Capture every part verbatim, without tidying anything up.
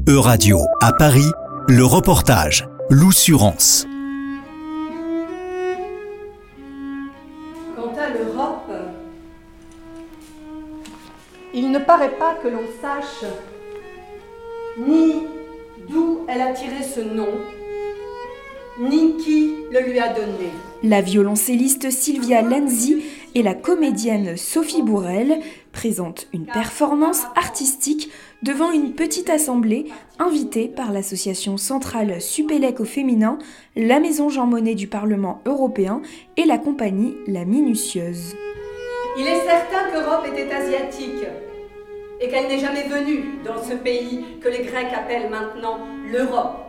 E-Radio à Paris, le reportage L'Oussurance. Quant à l'Europe, il ne paraît pas que l'on sache ni d'où elle a tiré ce nom, ni qui le lui a donné. La violoncelliste Sylvia Lenzi et la comédienne Sophie Bourrel présentent une performance artistique devant une petite assemblée invitée par l'association centrale Supélec au féminin, la Maison Jean Monnet du Parlement européen et la compagnie La Minutieuse. Il est certain qu'Europe était asiatique et qu'elle n'est jamais venue dans ce pays que les Grecs appellent maintenant l'Europe,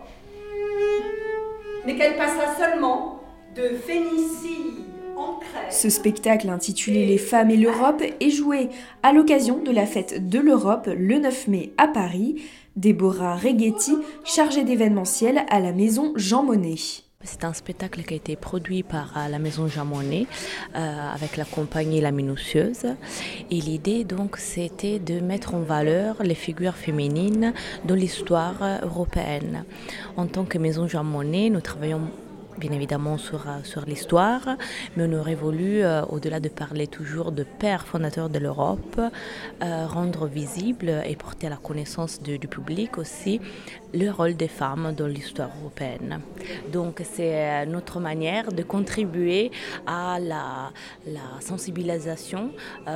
mais qu'elle passa seulement de Phénicie en Crète. Ce spectacle intitulé Les femmes et l'Europe est joué à l'occasion de la fête de l'Europe le neuf mai à Paris. Déborah Reghetti, chargée d'événementiel à la Maison Jean Monnet. C'est un spectacle qui a été produit par la Maison Jean Monnet euh, avec la compagnie La Minutieuse. Et l'idée donc c'était de mettre en valeur les figures féminines de l'histoire européenne. En tant que Maison Jean Monnet, nous travaillons bien évidemment sur, sur l'histoire, mais on aurait voulu, euh, au-delà de parler toujours de pères fondateurs de l'Europe, euh, rendre visible et porter à la connaissance de, du public aussi le rôle des femmes dans l'histoire européenne. Donc c'est notre manière de contribuer à la, la sensibilisation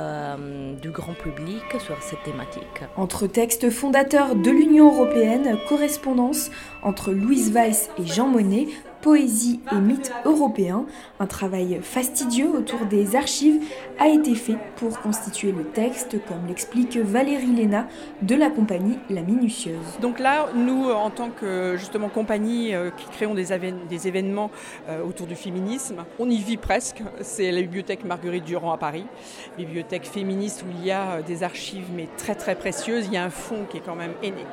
euh, du grand public sur cette thématique. Entre textes fondateurs de l'Union européenne, correspondance entre Louise Weiss et Jean Monnet, poésie et mythes européens, un travail fastidieux autour des archives a été fait pour constituer le texte, comme l'explique Valérie Léna de la compagnie La Minutieuse. Donc là, nous, en tant que justement compagnie euh, qui créons des, avén- des événements euh, autour du féminisme, on y vit presque. C'est la bibliothèque Marguerite Durand à Paris, bibliothèque féministe où il y a des archives mais très très précieuses. Il y a un fond qui est quand même énorme.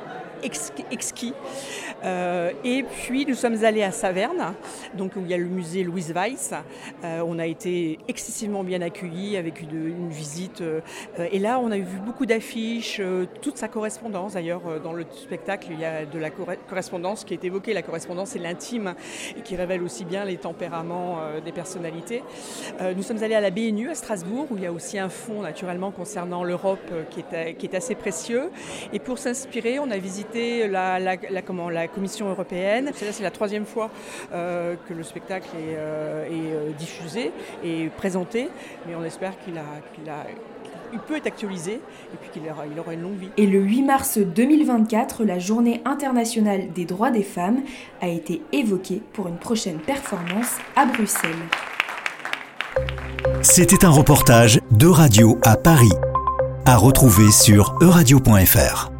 exquis. Euh, et puis nous sommes allés à Saverne, donc où il y a le musée Louise Weiss. Euh, on a été excessivement bien accueillis avec une, une visite. Euh, et là, on a vu beaucoup d'affiches, euh, toute sa correspondance. D'ailleurs, euh, dans le spectacle, il y a de la cor- correspondance qui est évoquée. La correspondance, c'est l'intime et qui révèle aussi bien les tempéraments euh, des personnalités. Euh, nous sommes allés à la B N U à Strasbourg, où il y a aussi un fonds naturellement concernant l'Europe euh, qui, est, qui est assez précieux. Et pour s'inspirer, on a visité La, la, la, comment, la Commission européenne. C'est, là, c'est la troisième fois euh, que le spectacle est, euh, est euh, diffusé et présenté, mais on espère qu'il, a, qu'il, a, qu'il peut être actualisé et puis qu'il aura, il aura une longue vie. Et le huit mars deux mille vingt-quatre, la Journée internationale des droits des femmes a été évoquée pour une prochaine performance à Bruxelles. C'était un reportage d'E-Radio à Paris, à retrouver sur e radio point f r.